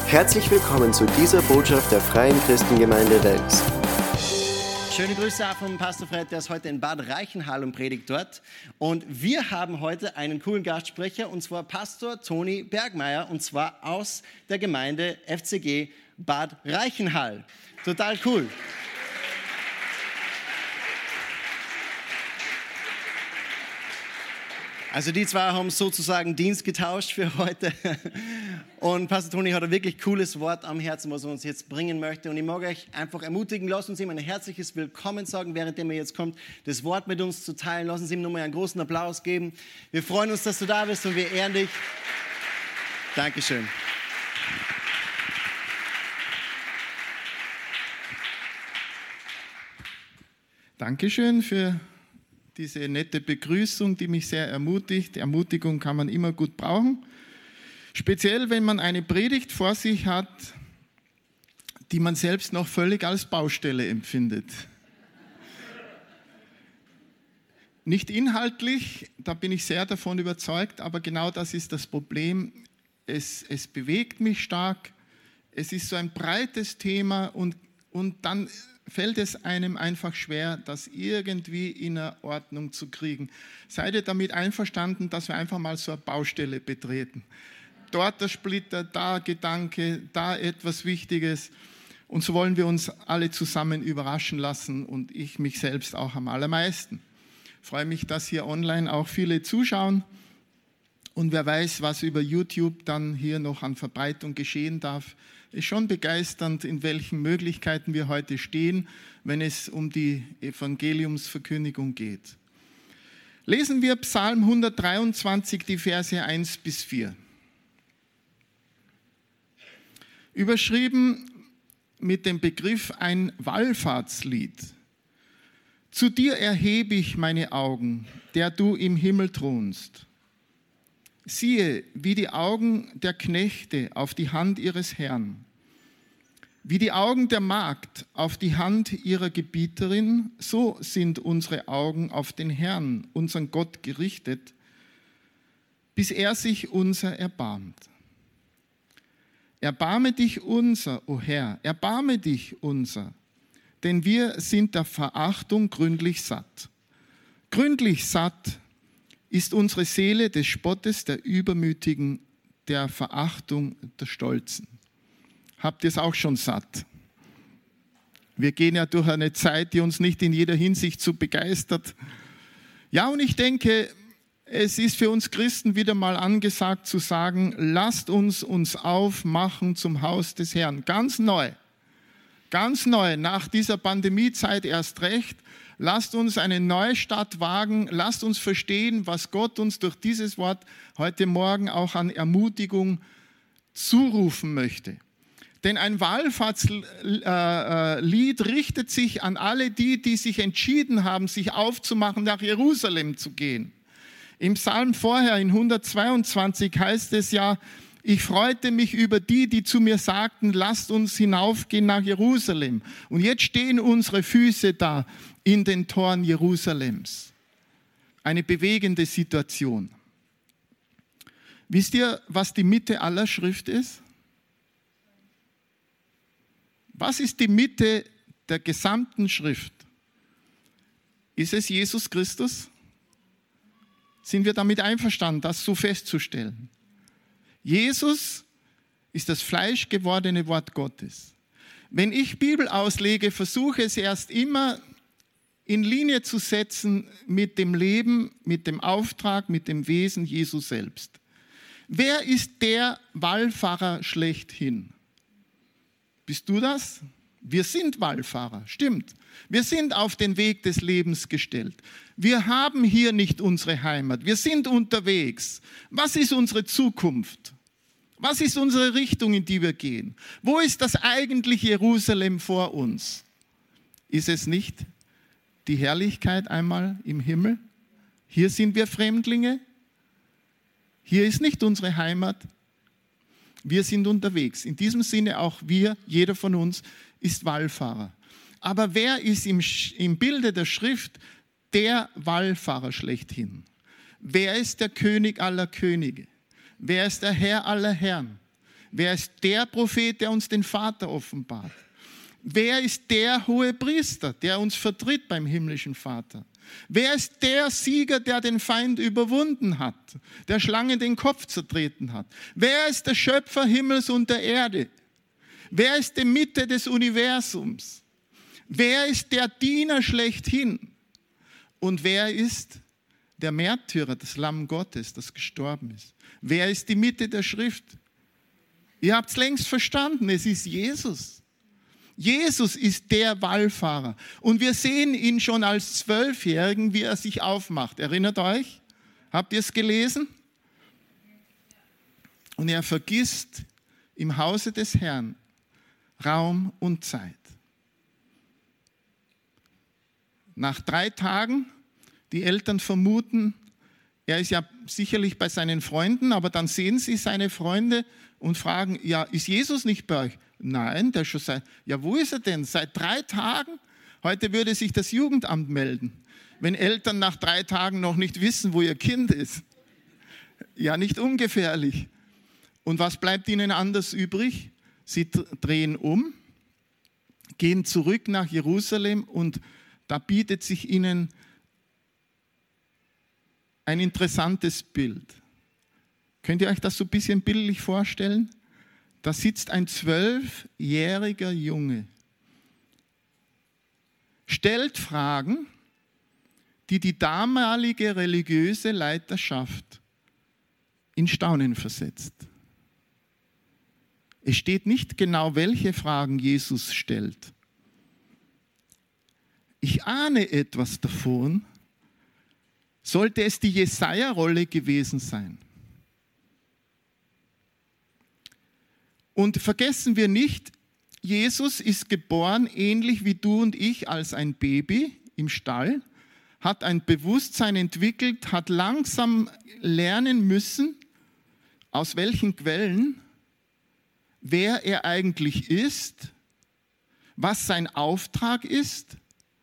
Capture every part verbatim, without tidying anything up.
Herzlich willkommen zu dieser Botschaft der Freien Christengemeinde Wels. Schöne Grüße auch von Pastor Fred, der ist heute in Bad Reichenhall und predigt dort. Und wir haben heute einen coolen Gastsprecher, und zwar Pastor Toni Bergmeier, und zwar aus der Gemeinde F C G Bad Reichenhall. Total cool. Also die zwei haben sozusagen Dienst getauscht für heute. Und Pastor Toni hat ein wirklich cooles Wort am Herzen, was er uns jetzt bringen möchte. Und ich mag euch einfach ermutigen, lasst uns ihm ein herzliches Willkommen sagen, während er jetzt kommt, das Wort mit uns zu teilen. Lass uns ihm nochmal einen großen Applaus geben. Wir freuen uns, dass du da bist, und wir ehren dich. Dankeschön. Dankeschön für diese nette Begrüßung, die mich sehr ermutigt. Ermutigung kann man immer gut brauchen. Speziell, wenn man eine Predigt vor sich hat, die man selbst noch völlig als Baustelle empfindet. Nicht inhaltlich, da bin ich sehr davon überzeugt, aber genau das ist das Problem. Es, es bewegt mich stark, es ist so ein breites Thema, und, und dann fällt es einem einfach schwer, das irgendwie in eine Ordnung zu kriegen. Seid ihr damit einverstanden, dass wir einfach mal so eine Baustelle betreten? Dort der Splitter, da Gedanke, da etwas Wichtiges. Und so wollen wir uns alle zusammen überraschen lassen, und ich mich selbst auch am allermeisten. Ich freue mich, dass hier online auch viele zuschauen. Und wer weiß, was über YouTube dann hier noch an Verbreitung geschehen darf. Ist schon begeisternd, in welchen Möglichkeiten wir heute stehen, wenn es um die Evangeliumsverkündigung geht. Lesen wir Psalm hundertdreiundzwanzig, die Verse eins bis vier. Überschrieben mit dem Begriff ein Wallfahrtslied. Zu dir erhebe ich meine Augen, der du im Himmel thronst. Siehe, wie die Augen der Knechte auf die Hand ihres Herrn, wie die Augen der Magd auf die Hand ihrer Gebieterin, so sind unsere Augen auf den Herrn, unseren Gott, gerichtet, bis er sich unser erbarmt. Erbarme dich unser, o Herr, erbarme dich unser, denn wir sind der Verachtung gründlich satt. Gründlich satt ist unsere Seele des Spottes der Übermütigen, der Verachtung der Stolzen. Habt ihr es auch schon satt? Wir gehen ja durch eine Zeit, die uns nicht in jeder Hinsicht so begeistert. Ja, und ich denke, es ist für uns Christen wieder mal angesagt zu sagen, lasst uns uns aufmachen zum Haus des Herrn. Ganz neu, ganz neu, nach dieser Pandemiezeit erst recht. Lasst uns eine Neustart wagen, lasst uns verstehen, was Gott uns durch dieses Wort heute Morgen auch an Ermutigung zurufen möchte. Denn ein Wallfahrtslied richtet sich an alle die, die sich entschieden haben, sich aufzumachen, nach Jerusalem zu gehen. Im Psalm vorher, in hundertzweiundzwanzig, heißt es ja, ich freute mich über die, die zu mir sagten, lasst uns hinaufgehen nach Jerusalem. Und jetzt stehen unsere Füße da in den Toren Jerusalems. Eine bewegende Situation. Wisst ihr, was die Mitte aller Schrift ist? Was ist die Mitte der gesamten Schrift? Ist es Jesus Christus? Sind wir damit einverstanden, das so festzustellen? Jesus ist das fleischgewordene Wort Gottes. Wenn ich Bibel auslege, versuche es erst immer in Linie zu setzen mit dem Leben, mit dem Auftrag, mit dem Wesen Jesu selbst. Wer ist der Wallfahrer schlechthin? Bist du das? Wir sind Wallfahrer, stimmt. Wir sind auf den Weg des Lebens gestellt. Wir haben hier nicht unsere Heimat. Wir sind unterwegs. Was ist unsere Zukunft? Was ist unsere Richtung, in die wir gehen? Wo ist das eigentliche Jerusalem vor uns? Ist es nicht die Herrlichkeit einmal im Himmel? Hier sind wir Fremdlinge. Hier ist nicht unsere Heimat. Wir sind unterwegs. In diesem Sinne auch wir, jeder von uns, ist Wallfahrer. Aber wer ist im, im Bilde der Schrift der Wallfahrer schlechthin? Wer ist der König aller Könige? Wer ist der Herr aller Herren? Wer ist der Prophet, der uns den Vater offenbart? Wer ist der hohe Priester, der uns vertritt beim himmlischen Vater? Wer ist der Sieger, der den Feind überwunden hat, der Schlange den Kopf zertreten hat? Wer ist der Schöpfer Himmels und der Erde? Wer ist die Mitte des Universums? Wer ist der Diener schlechthin? Und wer ist der Märtyrer, das Lamm Gottes, das gestorben ist? Wer ist die Mitte der Schrift? Ihr habt es längst verstanden, es ist Jesus. Jesus ist der Wallfahrer. Und wir sehen ihn schon als Zwölfjährigen, wie er sich aufmacht. Erinnert euch? Habt ihr es gelesen? Und er vergisst im Hause des Herrn Raum und Zeit. Nach drei Tagen, die Eltern vermuten, er ist ja sicherlich bei seinen Freunden, aber dann sehen sie seine Freunde und fragen, ja, ist Jesus nicht bei euch? Nein, der schon seit, ja, wo ist er denn? Seit drei Tagen? Heute würde sich das Jugendamt melden, wenn Eltern nach drei Tagen noch nicht wissen, wo ihr Kind ist. Ja, nicht ungefährlich. Und was bleibt ihnen anders übrig? Sie drehen um, gehen zurück nach Jerusalem und da bietet sich ihnen ein interessantes Bild. Könnt ihr euch das so ein bisschen bildlich vorstellen? Da sitzt ein zwölfjähriger Junge, stellt Fragen, die die damalige religiöse Leiterschaft in Staunen versetzt. Es steht nicht genau, welche Fragen Jesus stellt. Ich ahne etwas davon, sollte es die Jesaja-Rolle gewesen sein. Und vergessen wir nicht, Jesus ist geboren, ähnlich wie du und ich, als ein Baby im Stall, hat ein Bewusstsein entwickelt, hat langsam lernen müssen, aus welchen Quellen, wer er eigentlich ist, was sein Auftrag ist.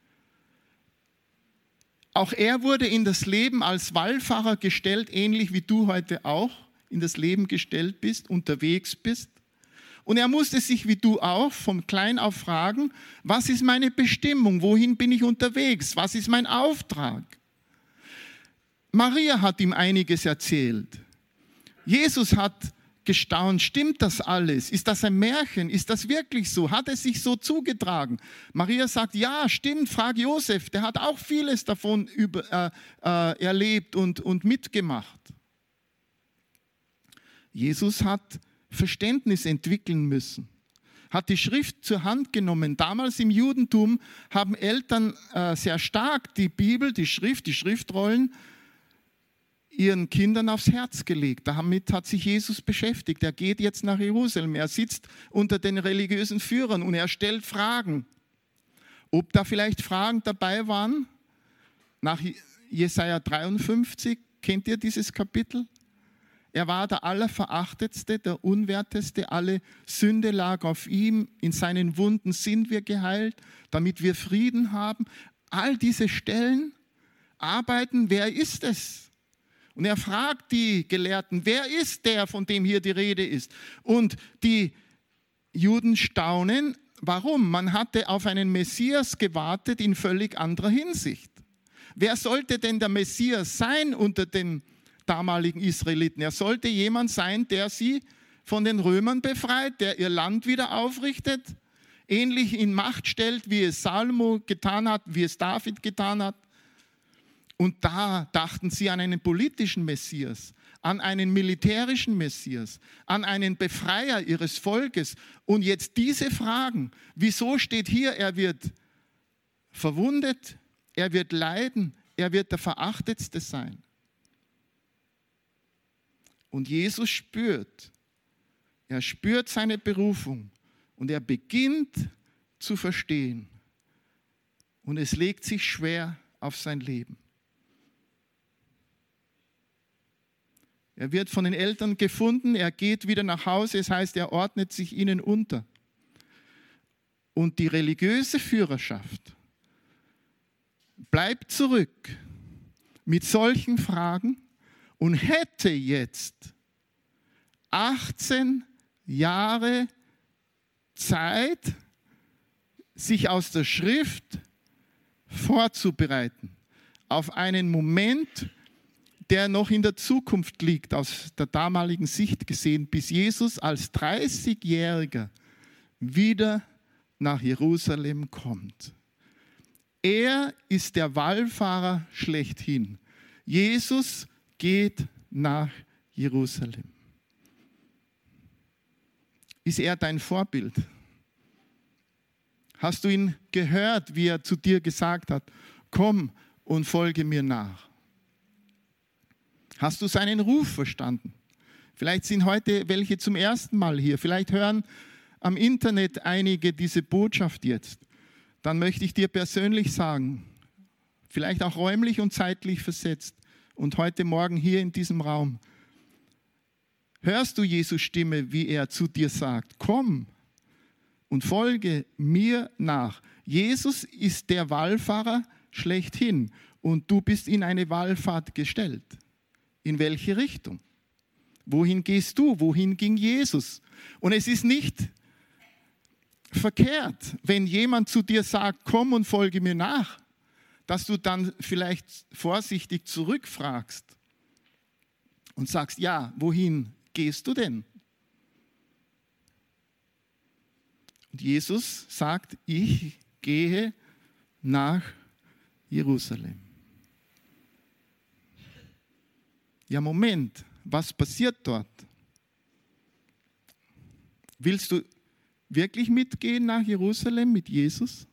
Auch er wurde in das Leben als Wallfahrer gestellt, ähnlich wie du heute auch in das Leben gestellt bist, unterwegs bist. Und er musste sich wie du auch von klein auf fragen, was ist meine Bestimmung, wohin bin ich unterwegs, was ist mein Auftrag? Maria hat ihm einiges erzählt. Jesus hat gestaunt, stimmt das alles? Ist das ein Märchen? Ist das wirklich so? Hat es sich so zugetragen? Maria sagt, ja, stimmt, frag Josef, der hat auch vieles davon über, äh, äh, erlebt und, und mitgemacht. Jesus hat Verständnis entwickeln müssen, hat die Schrift zur Hand genommen. Damals im Judentum haben Eltern äh, sehr stark die Bibel, die Schrift, die Schriftrollen ihren Kindern aufs Herz gelegt. Damit hat sich Jesus beschäftigt. Er geht jetzt nach Jerusalem, er sitzt unter den religiösen Führern und er stellt Fragen. Ob da vielleicht Fragen dabei waren, nach Jesaja dreiundfünfzig, kennt ihr dieses Kapitel? Er war der Allerverachtetste, der Unwerteste, alle Sünde lag auf ihm, in seinen Wunden sind wir geheilt, damit wir Frieden haben. All diese Stellen arbeiten, wer ist es? Und er fragt die Gelehrten, wer ist der, von dem hier die Rede ist? Und die Juden staunen, warum? Man hatte auf einen Messias gewartet in völlig anderer Hinsicht. Wer sollte denn der Messias sein unter den damaligen Israeliten? Er sollte jemand sein, der sie von den Römern befreit, der ihr Land wieder aufrichtet, ähnlich in Macht stellt, wie es Salomo getan hat, wie es David getan hat. Und da dachten sie an einen politischen Messias, an einen militärischen Messias, an einen Befreier ihres Volkes. Und jetzt diese Fragen, wieso steht hier, er wird verwundet, er wird leiden, er wird der Verachtetste sein. Und Jesus spürt, er spürt seine Berufung und er beginnt zu verstehen. Und es legt sich schwer auf sein Leben. Er wird von den Eltern gefunden, er geht wieder nach Hause, das heißt, er ordnet sich ihnen unter. Und die religiöse Führerschaft bleibt zurück mit solchen Fragen und hätte jetzt achtzehn Jahre Zeit, sich aus der Schrift vorzubereiten auf einen Moment, der noch in der Zukunft liegt, aus der damaligen Sicht gesehen, bis Jesus als dreißigjähriger wieder nach Jerusalem kommt. Er ist der Wallfahrer schlechthin. Jesus geht nach Jerusalem. Ist er dein Vorbild? Hast du ihn gehört, wie er zu dir gesagt hat, komm und folge mir nach? Hast du seinen Ruf verstanden? Vielleicht sind heute welche zum ersten Mal hier. Vielleicht hören am Internet einige diese Botschaft jetzt. Dann möchte ich dir persönlich sagen, vielleicht auch räumlich und zeitlich versetzt und heute Morgen hier in diesem Raum, hörst du Jesu Stimme, wie er zu dir sagt, komm und folge mir nach. Jesus ist der Wallfahrer schlechthin und du bist in eine Wallfahrt gestellt. In welche Richtung? Wohin gehst du? Wohin ging Jesus? Und es ist nicht verkehrt, wenn jemand zu dir sagt, komm und folge mir nach, dass du dann vielleicht vorsichtig zurückfragst und sagst, ja, wohin gehst du denn? Und Jesus sagt, ich gehe nach Jerusalem. Ja, Moment, was passiert dort? Willst du wirklich mitgehen nach Jerusalem mit Jesus?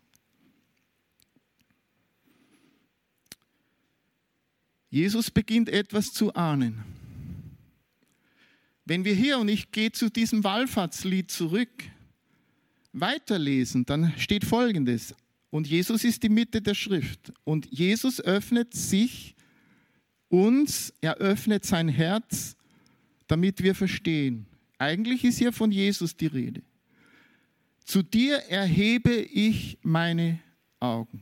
Jesus beginnt etwas zu ahnen. Wenn wir hier, und ich gehe zu diesem Wallfahrtslied zurück, weiterlesen, dann steht Folgendes. Und Jesus ist die Mitte der Schrift. Und Jesus öffnet sich uns, er öffnet sein Herz, damit wir verstehen. Eigentlich ist hier von Jesus die Rede. Zu dir erhebe ich meine Augen,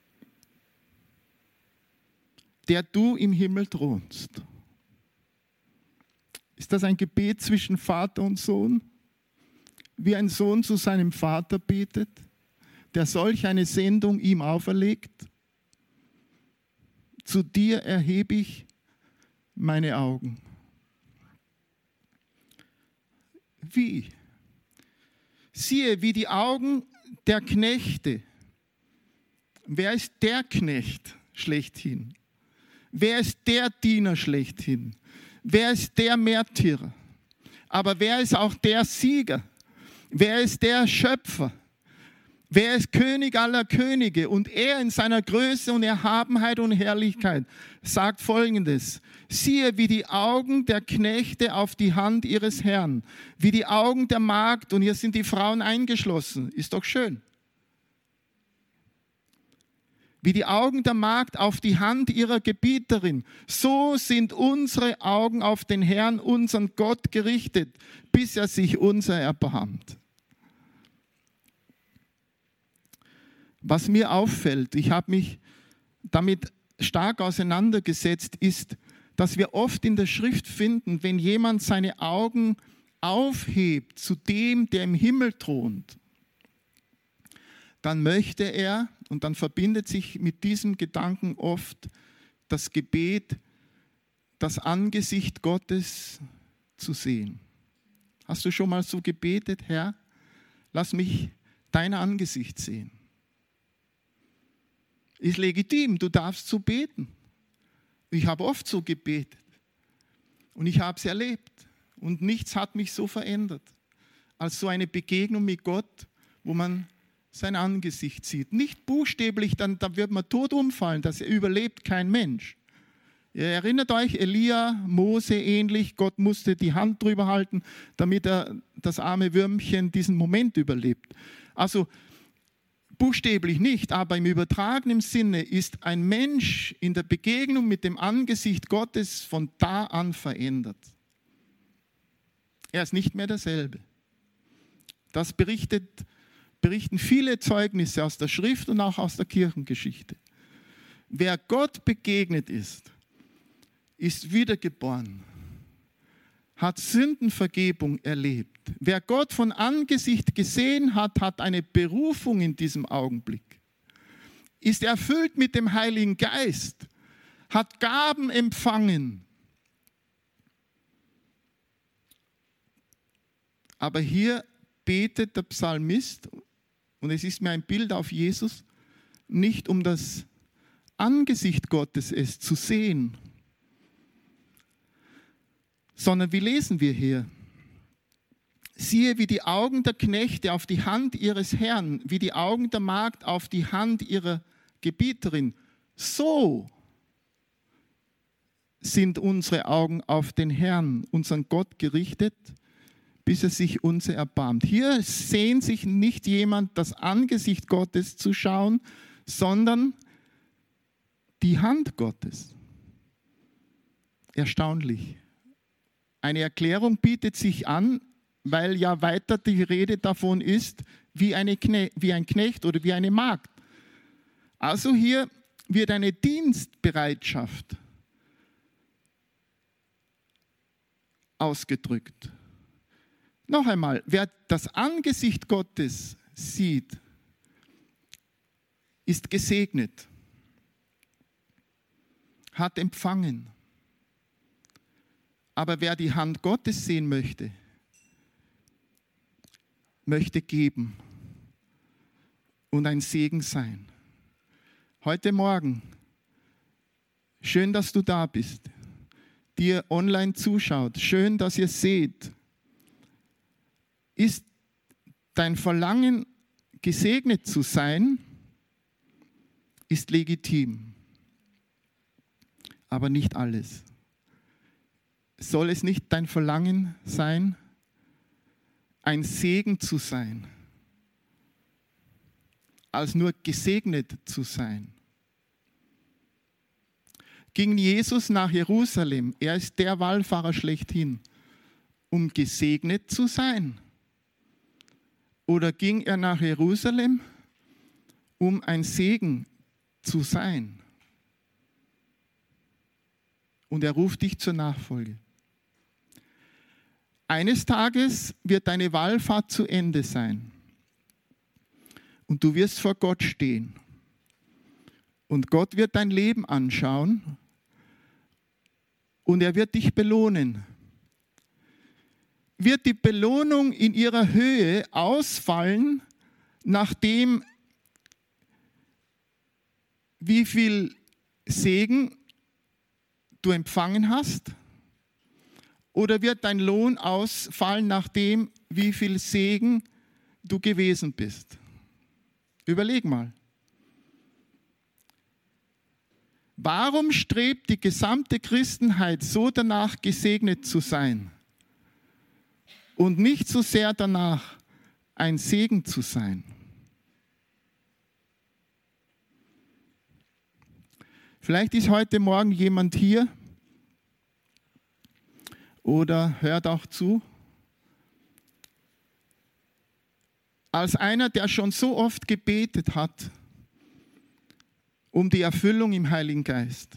der du im Himmel thronst. Ist das ein Gebet zwischen Vater und Sohn? Wie ein Sohn zu seinem Vater betet, der solch eine Sendung ihm auferlegt? Zu dir erhebe ich meine Augen. Wie? Siehe, wie die Augen der Knechte. Wer ist der Knecht schlechthin? Wer ist der Diener schlechthin? Wer ist der Märtyrer? Aber wer ist auch der Sieger? Wer ist der Schöpfer? Wer ist König aller Könige? Und er in seiner Größe und Erhabenheit und Herrlichkeit sagt Folgendes. Siehe, wie die Augen der Knechte auf die Hand ihres Herrn, wie die Augen der Magd, und hier sind die Frauen eingeschlossen. Ist doch schön. Wie die Augen der Magd auf die Hand ihrer Gebieterin, so sind unsere Augen auf den Herrn, unseren Gott, gerichtet, bis er sich unser erbarmt. Was mir auffällt, ich habe mich damit stark auseinandergesetzt, ist, dass wir oft in der Schrift finden, wenn jemand seine Augen aufhebt zu dem, der im Himmel thront, dann möchte er, und dann verbindet sich mit diesem Gedanken oft das Gebet, das Angesicht Gottes zu sehen. Hast du schon mal so gebetet, Herr, lass mich dein Angesicht sehen? Ist legitim, du darfst so beten. Ich habe oft so gebetet und ich habe es erlebt und nichts hat mich so verändert als so eine Begegnung mit Gott, wo man sein Angesicht sieht. Nicht buchstäblich, dann, dann wird man tot umfallen, das überlebt kein Mensch. Ihr erinnert euch, Elia, Mose ähnlich, Gott musste die Hand drüber halten, damit er das arme Würmchen diesen Moment überlebt. Also buchstäblich nicht, aber im übertragenen Sinne ist ein Mensch in der Begegnung mit dem Angesicht Gottes von da an verändert. Er ist nicht mehr derselbe. Das berichtet, berichten viele Zeugnisse aus der Schrift und auch aus der Kirchengeschichte. Wer Gott begegnet ist, ist wiedergeboren, hat Sündenvergebung erlebt. Wer Gott von Angesicht gesehen hat, hat eine Berufung in diesem Augenblick. Ist erfüllt mit dem Heiligen Geist, hat Gaben empfangen. Aber hier betet der Psalmist, und es ist mir ein Bild auf Jesus, nicht um das Angesicht Gottes es zu sehen, sondern wie lesen wir hier? Siehe, wie die Augen der Knechte auf die Hand ihres Herrn, wie die Augen der Magd auf die Hand ihrer Gebieterin. So sind unsere Augen auf den Herrn, unseren Gott, gerichtet, bis er sich unser erbarmt. Hier sehnt sich nicht jemand, das Angesicht Gottes zu schauen, sondern die Hand Gottes. Erstaunlich. Eine Erklärung bietet sich an, weil ja weiter die Rede davon ist, wie, eine Kne- wie ein Knecht oder wie eine Magd. Also hier wird eine Dienstbereitschaft ausgedrückt. Noch einmal, wer das Angesicht Gottes sieht, ist gesegnet, hat empfangen. Aber wer die Hand Gottes sehen möchte, möchte geben und ein Segen sein. Heute Morgen, schön, dass du da bist, die ihr online zuschaut, schön, dass ihr seht, ist dein Verlangen, gesegnet zu sein, ist legitim, aber nicht alles. Soll es nicht dein Verlangen sein, ein Segen zu sein, als nur gesegnet zu sein? Ging Jesus nach Jerusalem, er ist der Wallfahrer schlechthin, um gesegnet zu sein? Oder ging er nach Jerusalem, um ein Segen zu sein? Und er ruft dich zur Nachfolge. Eines Tages wird deine Wallfahrt zu Ende sein. Und du wirst vor Gott stehen. Und Gott wird dein Leben anschauen. Und er wird dich belohnen. Wird die Belohnung in ihrer Höhe ausfallen, nachdem wie viel Segen du empfangen hast? Oder wird dein Lohn ausfallen, nachdem wie viel Segen du gewesen bist? Überleg mal. Warum strebt die gesamte Christenheit so danach, gesegnet zu sein? Und nicht so sehr danach, ein Segen zu sein. Vielleicht ist heute Morgen jemand hier oder hört auch zu, als einer, der schon so oft gebetet hat um die Erfüllung im Heiligen Geist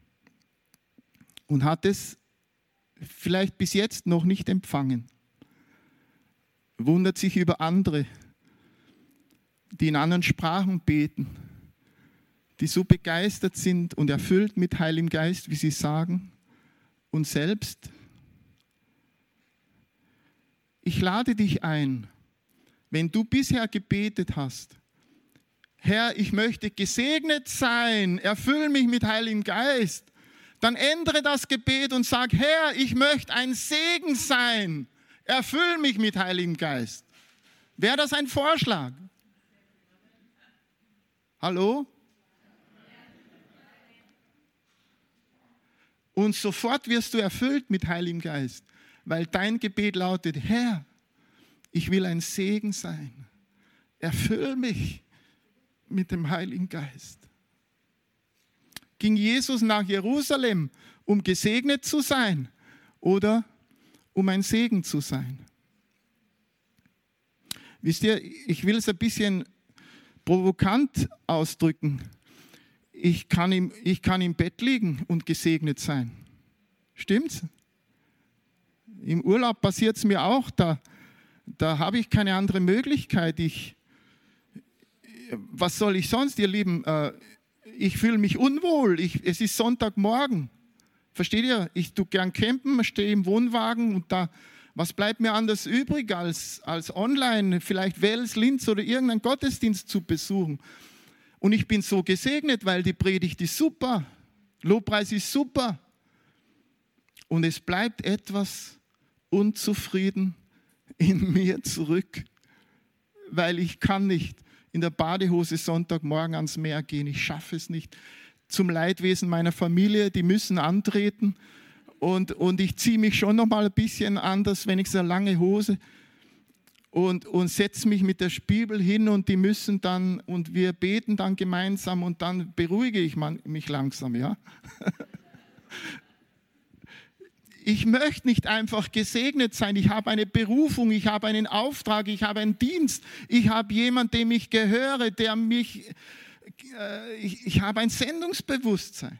und hat es vielleicht bis jetzt noch nicht empfangen. Wundert sich über andere, die in anderen Sprachen beten, die so begeistert sind und erfüllt mit Heiligem Geist, wie sie sagen, und selbst. Ich lade dich ein, wenn du bisher gebetet hast, Herr, ich möchte gesegnet sein, erfüll mich mit Heiligem Geist, dann ändere das Gebet und sag, Herr, ich möchte ein Segen sein. Erfüll mich mit Heiligem Geist. Wäre das ein Vorschlag? Hallo? Und sofort wirst du erfüllt mit Heiligem Geist, weil dein Gebet lautet, Herr, ich will ein Segen sein. Erfüll mich mit dem Heiligen Geist. Ging Jesus nach Jerusalem, um gesegnet zu sein oder um ein Segen zu sein? Wisst ihr, ich will es ein bisschen provokant ausdrücken. Ich kann im, ich kann im Bett liegen und gesegnet sein. Stimmt's? Im Urlaub passiert es mir auch, da, da habe ich keine andere Möglichkeit. Ich, was soll ich sonst, ihr Lieben? Äh, ich fühle mich unwohl. Ich, es ist Sonntagmorgen. Versteht ihr? Ich tue gern campen, stehe im Wohnwagen und da, was bleibt mir anders übrig, als, als online, vielleicht Wels, Linz oder irgendeinen Gottesdienst zu besuchen. Und ich bin so gesegnet, weil die Predigt ist super, Lobpreis ist super. Und es bleibt etwas unzufrieden in mir zurück, weil ich kann nicht in der Badehose Sonntagmorgen ans Meer gehen. Ich schaffe es nicht. Zum Leidwesen meiner Familie, die müssen antreten. Und, und ich ziehe mich schon noch mal ein bisschen anders, wenn ich so eine lange Hose und, und setze mich mit der Bibel hin und die müssen dann, und wir beten dann gemeinsam und dann beruhige ich mich langsam, ja. Ich möchte nicht einfach gesegnet sein. Ich habe eine Berufung, ich habe einen Auftrag, ich habe einen Dienst. Ich habe jemanden, dem ich gehöre, der mich, äh, ich, ich habe ein Sendungsbewusstsein.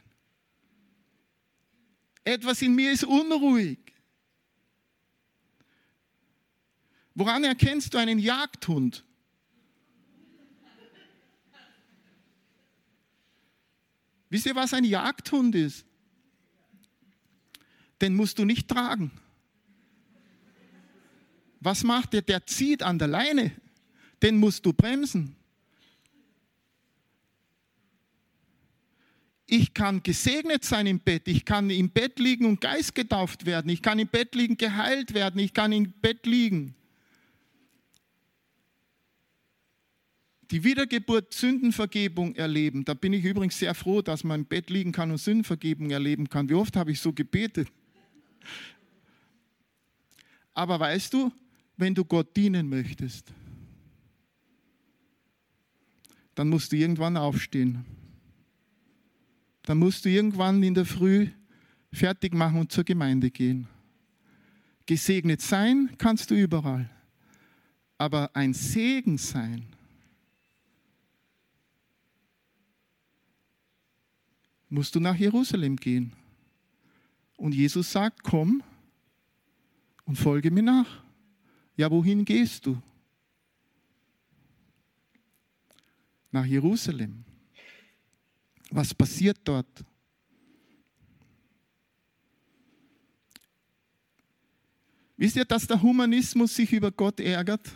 Etwas in mir ist unruhig. Woran erkennst du einen Jagdhund? Wisst ihr, was ein Jagdhund ist? Den musst du nicht tragen. Was macht der? Der zieht an der Leine. Den musst du bremsen. Ich kann gesegnet sein im Bett. Ich kann im Bett liegen und geistgetauft werden. Ich kann im Bett liegen geheilt werden. Ich kann im Bett liegen. Die Wiedergeburt, Sündenvergebung erleben. Da bin ich übrigens sehr froh, dass man im Bett liegen kann und Sündenvergebung erleben kann. Wie oft habe ich so gebetet? Aber weißt du, wenn du Gott dienen möchtest, dann musst du irgendwann aufstehen. Dann musst du irgendwann in der Früh fertig machen und zur Gemeinde gehen. Gesegnet sein kannst du überall. Aber ein Segen sein musst du nach Jerusalem gehen. Und Jesus sagt, komm und folge mir nach. Ja, wohin gehst du? Nach Jerusalem. Was passiert dort? Wisst ihr, dass der Humanismus sich über Gott ärgert?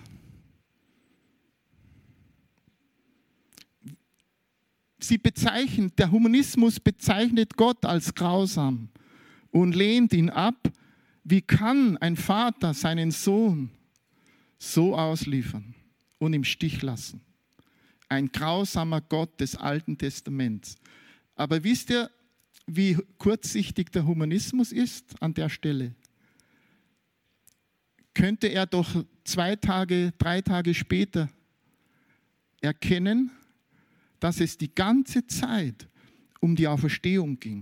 Sie bezeichnen, der Humanismus bezeichnet Gott als grausam und lehnt ihn ab. Wie kann ein Vater seinen Sohn so ausliefern und im Stich lassen? Ein grausamer Gott des Alten Testaments. Aber wisst ihr, wie kurzsichtig der Humanismus ist an der Stelle? Könnte er doch zwei Tage, drei Tage später erkennen, dass es die ganze Zeit um die Auferstehung ging.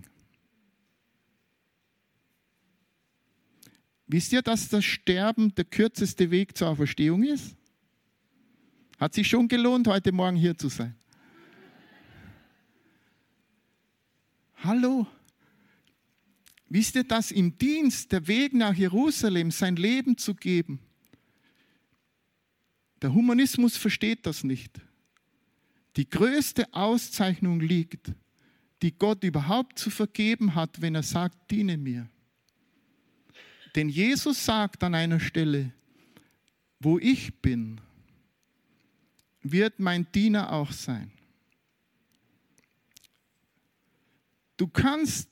Wisst ihr, dass das Sterben der kürzeste Weg zur Auferstehung ist? Hat sich schon gelohnt, heute Morgen hier zu sein. Hallo? Wisst ihr, dass im Dienst der Weg nach Jerusalem sein Leben zu geben? Der Humanismus versteht das nicht. Die größte Auszeichnung liegt, die Gott überhaupt zu vergeben hat, wenn er sagt, diene mir. Denn Jesus sagt an einer Stelle, wo ich bin, wird mein Diener auch sein. Du kannst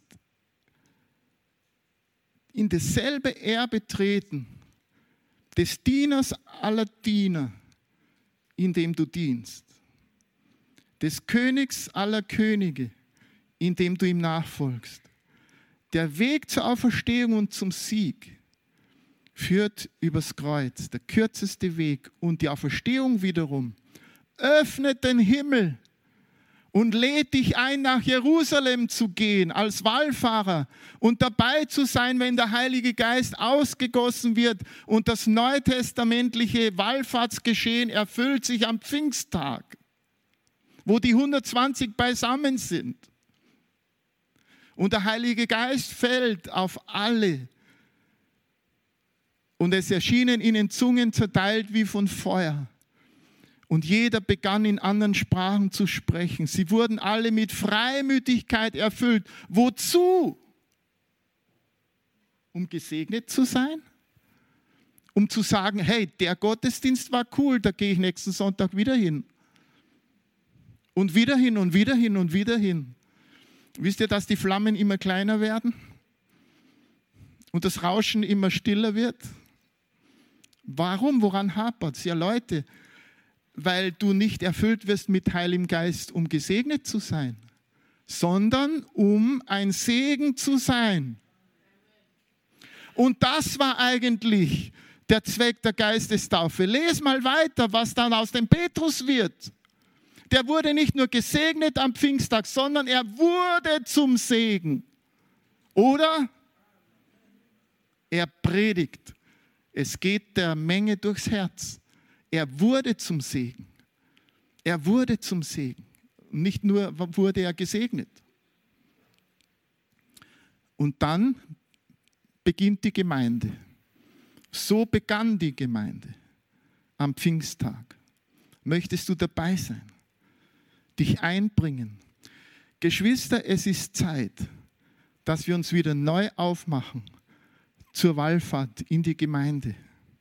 in dasselbe Erbe treten, des Dieners aller Diener, in dem du dienst. Des Königs aller Könige, in dem du ihm nachfolgst. Der Weg zur Auferstehung und zum Sieg führt übers Kreuz, der kürzeste Weg. Und die Auferstehung wiederum öffnet den Himmel und lädt dich ein, nach Jerusalem zu gehen als Wallfahrer und dabei zu sein, wenn der Heilige Geist ausgegossen wird und das neutestamentliche Wallfahrtsgeschehen erfüllt sich am Pfingsttag, wo die hundertzwanzig beisammen sind. Und der Heilige Geist fällt auf alle, Und es erschienen ihnen Zungen zerteilt wie von Feuer. Und jeder begann in anderen Sprachen zu sprechen. Sie wurden alle mit Freimütigkeit erfüllt. Wozu? Um gesegnet zu sein? Um zu sagen, hey, der Gottesdienst war cool, da gehe ich nächsten Sonntag wieder hin. Und wieder hin und wieder hin und wieder hin. Wisst ihr, dass die Flammen immer kleiner werden? Und das Rauschen immer stiller wird? Warum? Woran hapert es? Ja, Leute, weil du nicht erfüllt wirst mit Heiligem Geist, um gesegnet zu sein, sondern um ein Segen zu sein. Und das war eigentlich der Zweck der Geistestaufe. Les mal weiter, was dann aus dem Petrus wird. Der wurde nicht nur gesegnet am Pfingsttag, sondern er wurde zum Segen. Oder? Er predigt. Es geht der Menge durchs Herz. Er wurde zum Segen. Er wurde zum Segen. Nicht nur wurde er gesegnet. Und dann beginnt die Gemeinde. So begann die Gemeinde am Pfingsttag. Möchtest du dabei sein? Dich einbringen? Geschwister, es ist Zeit, dass wir uns wieder neu aufmachen zur Wallfahrt in die Gemeinde.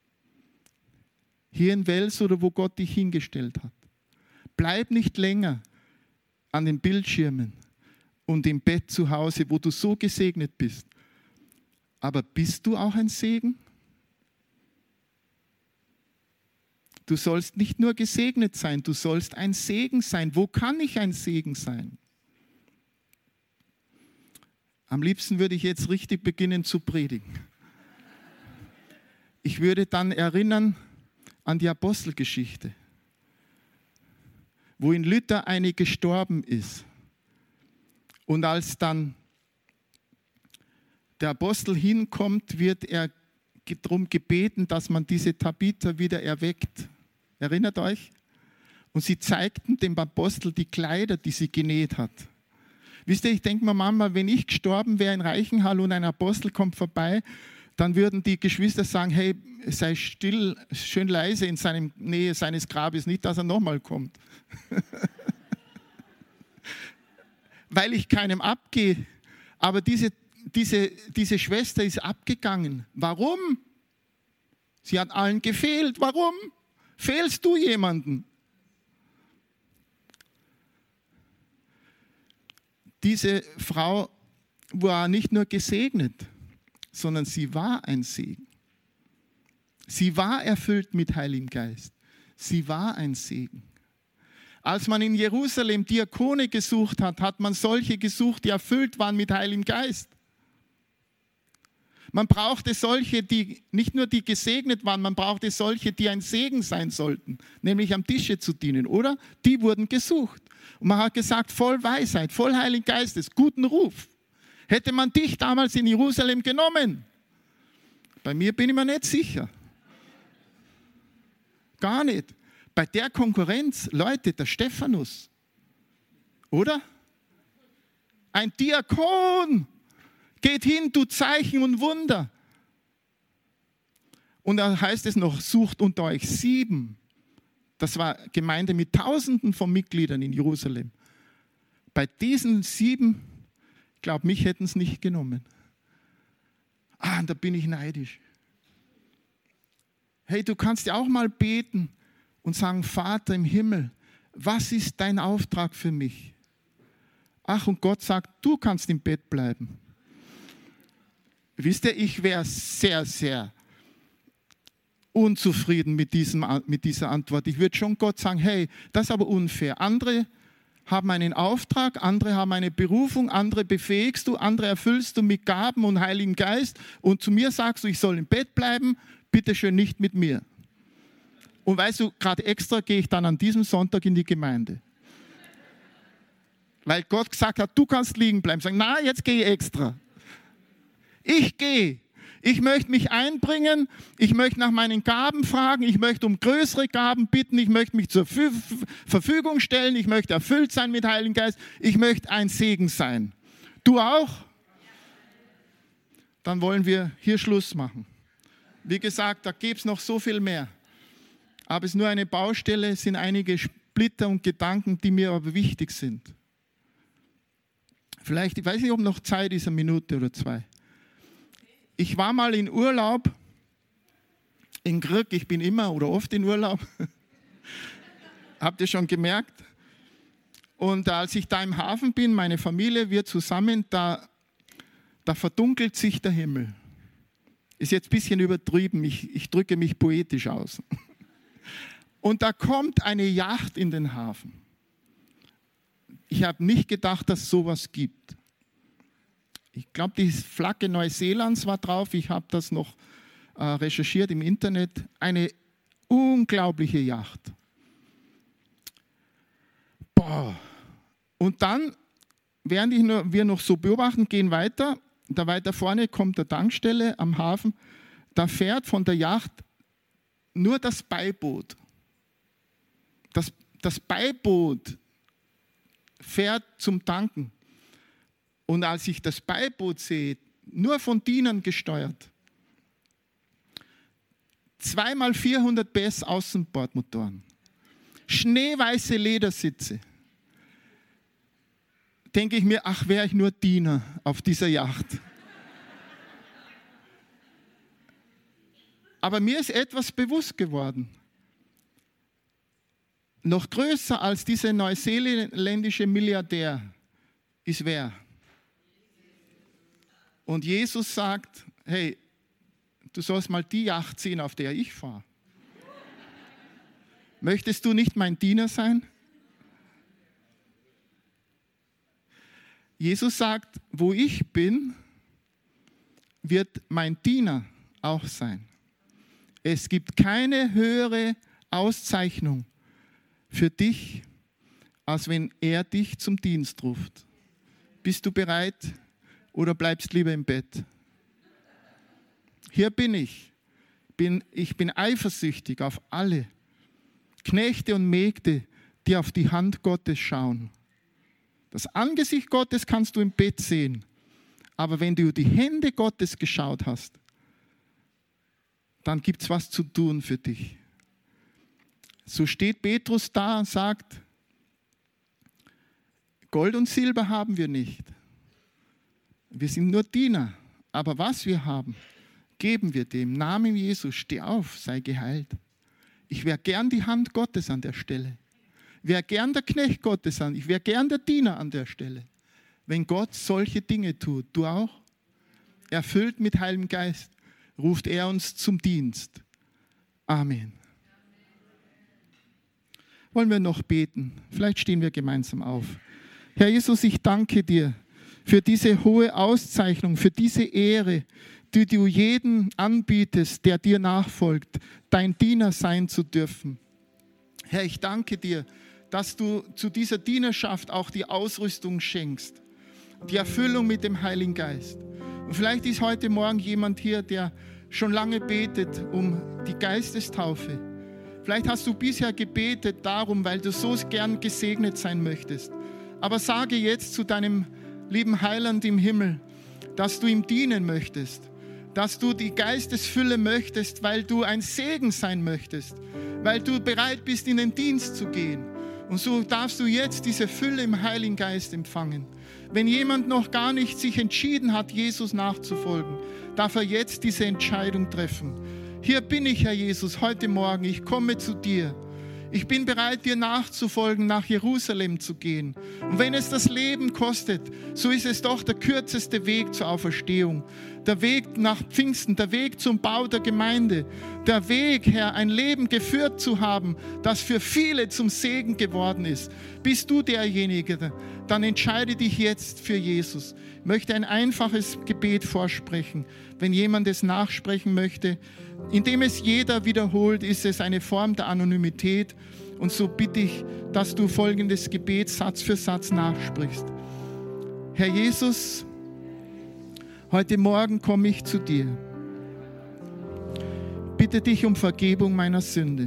Hier in Wels oder wo Gott dich hingestellt hat. Bleib nicht länger an den Bildschirmen und im Bett zu Hause, wo du so gesegnet bist. Aber bist du auch ein Segen? Du sollst nicht nur gesegnet sein, du sollst ein Segen sein. Wo kann ich ein Segen sein? Am liebsten würde ich jetzt richtig beginnen zu predigen. Ich würde dann erinnern an die Apostelgeschichte, wo in Lydda eine gestorben ist. Und als dann der Apostel hinkommt, wird er darum gebeten, dass man diese Tabitha wieder erweckt. Erinnert euch? Und sie zeigten dem Apostel die Kleider, die sie genäht hat. Wisst ihr, ich denke mir manchmal, wenn ich gestorben wäre in Reichenhall und ein Apostel kommt vorbei, dann würden die Geschwister sagen, hey, sei still, schön leise in seiner Nähe seines Grabes, nicht, dass er nochmal kommt. Weil ich keinem abgehe. Aber diese, diese, diese Schwester ist abgegangen. Warum? Sie hat allen gefehlt. Warum? Fehlst du jemanden? Diese Frau war nicht nur gesegnet, sondern sie war ein Segen. Sie war erfüllt mit Heiligem Geist. Sie war ein Segen. Als man in Jerusalem Diakone gesucht hat, hat man solche gesucht, die erfüllt waren mit Heiligem Geist. Man brauchte solche, die nicht nur die gesegnet waren, man brauchte solche, die ein Segen sein sollten, nämlich am Tische zu dienen, oder? Die wurden gesucht. Und man hat gesagt, voll Weisheit, voll Heiligen Geistes, guten Ruf. Hätte man dich damals in Jerusalem genommen? Bei mir bin ich mir nicht sicher. Gar nicht. Bei der Konkurrenz, Leute, der Stephanus, oder? Ein Diakon geht hin, tut Zeichen und Wunder. Und da heißt es noch, sucht unter euch sieben. Das war Gemeinde mit Tausenden von Mitgliedern in Jerusalem. Bei diesen sieben, ich glaube, mich hätten es nicht genommen. Ah, und da bin ich neidisch. Hey, du kannst ja auch mal beten und sagen, Vater im Himmel, was ist dein Auftrag für mich? Ach, und Gott sagt, du kannst im Bett bleiben. Wisst ihr, ich wäre sehr, sehr unzufrieden mit, diesem, mit dieser Antwort. Ich würde schon Gott sagen, hey, das ist aber unfair. Andere haben einen Auftrag, andere haben eine Berufung, andere befähigst du, andere erfüllst du mit Gaben und Heiligen Geist und zu mir sagst du, ich soll im Bett bleiben, bitteschön nicht mit mir. Und weißt du, gerade extra gehe ich dann an diesem Sonntag in die Gemeinde. Weil Gott gesagt hat, du kannst liegen bleiben. Sagen, na, jetzt gehe ich extra. Ich gehe. Ich möchte mich einbringen. Ich möchte nach meinen Gaben fragen. Ich möchte um größere Gaben bitten. Ich möchte mich zur Verfügung stellen. Ich möchte erfüllt sein mit Heiligen Geist. Ich möchte ein Segen sein. Du auch? Dann wollen wir hier Schluss machen. Wie gesagt, da gäbe es noch so viel mehr. Aber es ist nur eine Baustelle, es sind einige Splitter und Gedanken, die mir aber wichtig sind. Vielleicht, ich weiß nicht, ob noch Zeit ist, eine Minute oder zwei. Ich war mal in Urlaub in Krk, ich bin immer oder oft in Urlaub. Habt ihr schon gemerkt? Und als ich da im Hafen bin, meine Familie, wir zusammen, da, da verdunkelt sich der Himmel. Ist jetzt ein bisschen übertrieben, ich, ich drücke mich poetisch aus. Und da kommt eine Yacht in den Hafen. Ich habe nicht gedacht, dass es sowas gibt. Ich glaube, die Flagge Neuseelands war drauf. Ich habe das noch äh, recherchiert im Internet. Eine unglaubliche Yacht. Boah. Und dann, während ich nur, wir noch so beobachten, gehen weiter. Da weiter vorne kommt eine Tankstelle am Hafen. Da fährt von der Yacht nur das Beiboot. Das, das Beiboot fährt zum Tanken. Und als ich das Beiboot sehe, nur von Dienern gesteuert, zweimal vierhundert P S Außenbordmotoren, schneeweiße Ledersitze, denke ich mir, ach, wäre ich nur Diener auf dieser Yacht. Aber mir ist etwas bewusst geworden. Noch größer als dieser neuseeländische Milliardär ist wer? Und Jesus sagt, hey, du sollst mal die Yacht sehen, auf der ich fahre. Möchtest du nicht mein Diener sein? Jesus sagt, wo ich bin, wird mein Diener auch sein. Es gibt keine höhere Auszeichnung für dich, als wenn er dich zum Dienst ruft. Bist du bereit oder bleibst lieber im Bett? Hier bin ich. Bin, ich bin eifersüchtig auf alle Knechte und Mägde, die auf die Hand Gottes schauen. Das Angesicht Gottes kannst du im Bett sehen, aber wenn du die Hände Gottes geschaut hast, dann gibt es was zu tun für dich. So steht Petrus da und sagt, Gold und Silber haben wir nicht. Wir sind nur Diener. Aber was wir haben, geben wir dem. Im Namen Jesus, steh auf, sei geheilt. Ich wäre gern die Hand Gottes an der Stelle. Ich wäre gern der Knecht Gottes an. Ich wäre gern der Diener an der Stelle. Wenn Gott solche Dinge tut, du auch? Erfüllt mit Heiligem Geist, ruft er uns zum Dienst. Amen. Wollen wir noch beten? Vielleicht stehen wir gemeinsam auf. Herr Jesus, ich danke dir für diese hohe Auszeichnung, für diese Ehre, die du jedem anbietest, der dir nachfolgt, dein Diener sein zu dürfen. Herr, ich danke dir, dass du zu dieser Dienerschaft auch die Ausrüstung schenkst, die Erfüllung mit dem Heiligen Geist. Und vielleicht ist heute Morgen jemand hier, der schon lange betet um die Geistestaufe. Vielleicht hast du bisher gebetet darum, weil du so gern gesegnet sein möchtest. Aber sage jetzt zu deinem lieben Heiland im Himmel, dass du ihm dienen möchtest, dass du die Geistesfülle möchtest, weil du ein Segen sein möchtest, weil du bereit bist, in den Dienst zu gehen. Und so darfst du jetzt diese Fülle im Heiligen Geist empfangen. Wenn jemand noch gar nicht sich entschieden hat, Jesus nachzufolgen, darf er jetzt diese Entscheidung treffen. Hier bin ich, Herr Jesus, heute Morgen, ich komme zu dir. Ich bin bereit, dir nachzufolgen, nach Jerusalem zu gehen. Und wenn es das Leben kostet, so ist es doch der kürzeste Weg zur Auferstehung. Der Weg nach Pfingsten, der Weg zum Bau der Gemeinde. Der Weg, Herr, ein Leben geführt zu haben, das für viele zum Segen geworden ist. Bist du derjenige, dann entscheide dich jetzt für Jesus. Ich möchte ein einfaches Gebet vorsprechen. Wenn jemand es nachsprechen möchte, indem es jeder wiederholt, ist es eine Form der Anonymität. Und so bitte ich, dass du folgendes Gebet Satz für Satz nachsprichst. Herr Jesus, heute Morgen komme ich zu dir. Bitte dich um Vergebung meiner Sünde.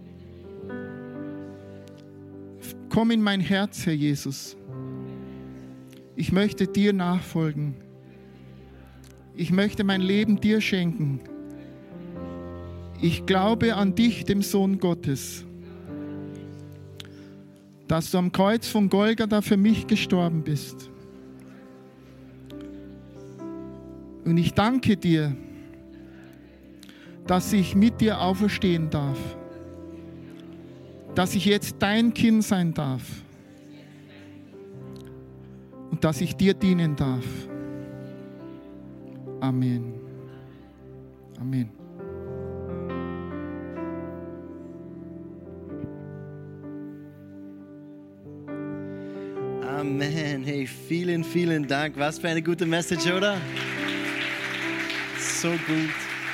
Komm in mein Herz, Herr Jesus. Ich möchte dir nachfolgen. Ich möchte mein Leben dir schenken. Ich glaube an dich, dem Sohn Gottes, dass du am Kreuz von Golgatha für mich gestorben bist. Und ich danke dir, dass ich mit dir auferstehen darf, dass ich jetzt dein Kind sein darf und dass ich dir dienen darf. Amen. Amen. Amen. Hey, vielen, vielen Dank. Was für eine gute Message, oder? So gut.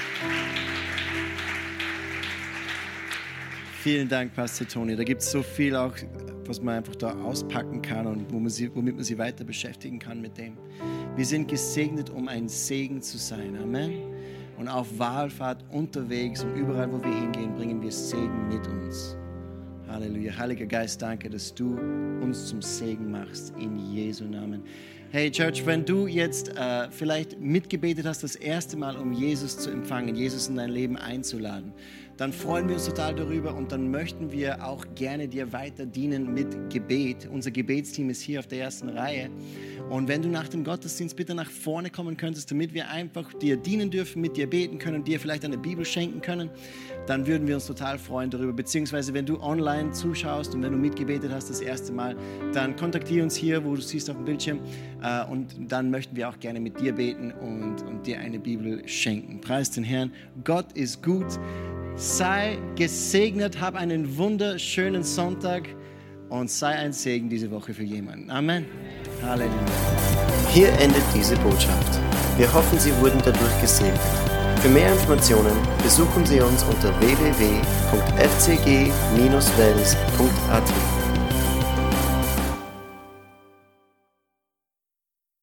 Vielen Dank, Pastor Toni. Da gibt es so viel auch, was man einfach da auspacken kann und wo man sie, womit man sich weiter beschäftigen kann mit dem. Wir sind gesegnet, um ein Segen zu sein. Amen. Und auf Wallfahrt unterwegs und überall, wo wir hingehen, bringen wir Segen mit uns. Halleluja. Heiliger Geist, danke, dass du uns zum Segen machst, in Jesu Namen. Hey Church, wenn du jetzt äh, vielleicht mitgebetet hast, das erste Mal, um Jesus zu empfangen, Jesus in dein Leben einzuladen, dann freuen wir uns total darüber und dann möchten wir auch gerne dir weiter dienen mit Gebet. Unser Gebetsteam ist hier auf der ersten Reihe. Und wenn du nach dem Gottesdienst bitte nach vorne kommen könntest, damit wir einfach dir dienen dürfen, mit dir beten können, dir vielleicht eine Bibel schenken können, dann würden wir uns total freuen darüber. Beziehungsweise wenn du online zuschaust und wenn du mitgebetet hast das erste Mal, dann kontaktiere uns hier, wo du siehst auf dem Bildschirm. Äh, und dann möchten wir auch gerne mit dir beten und, und dir eine Bibel schenken. Preis den Herrn. Gott ist gut. Sei gesegnet, hab einen wunderschönen Sonntag und sei ein Segen diese Woche für jemanden. Amen. Halleluja. Hier endet diese Botschaft. Wir hoffen, Sie wurden dadurch gesegnet. Für mehr Informationen besuchen Sie uns unter w w w punkt f c g dash wels punkt a t.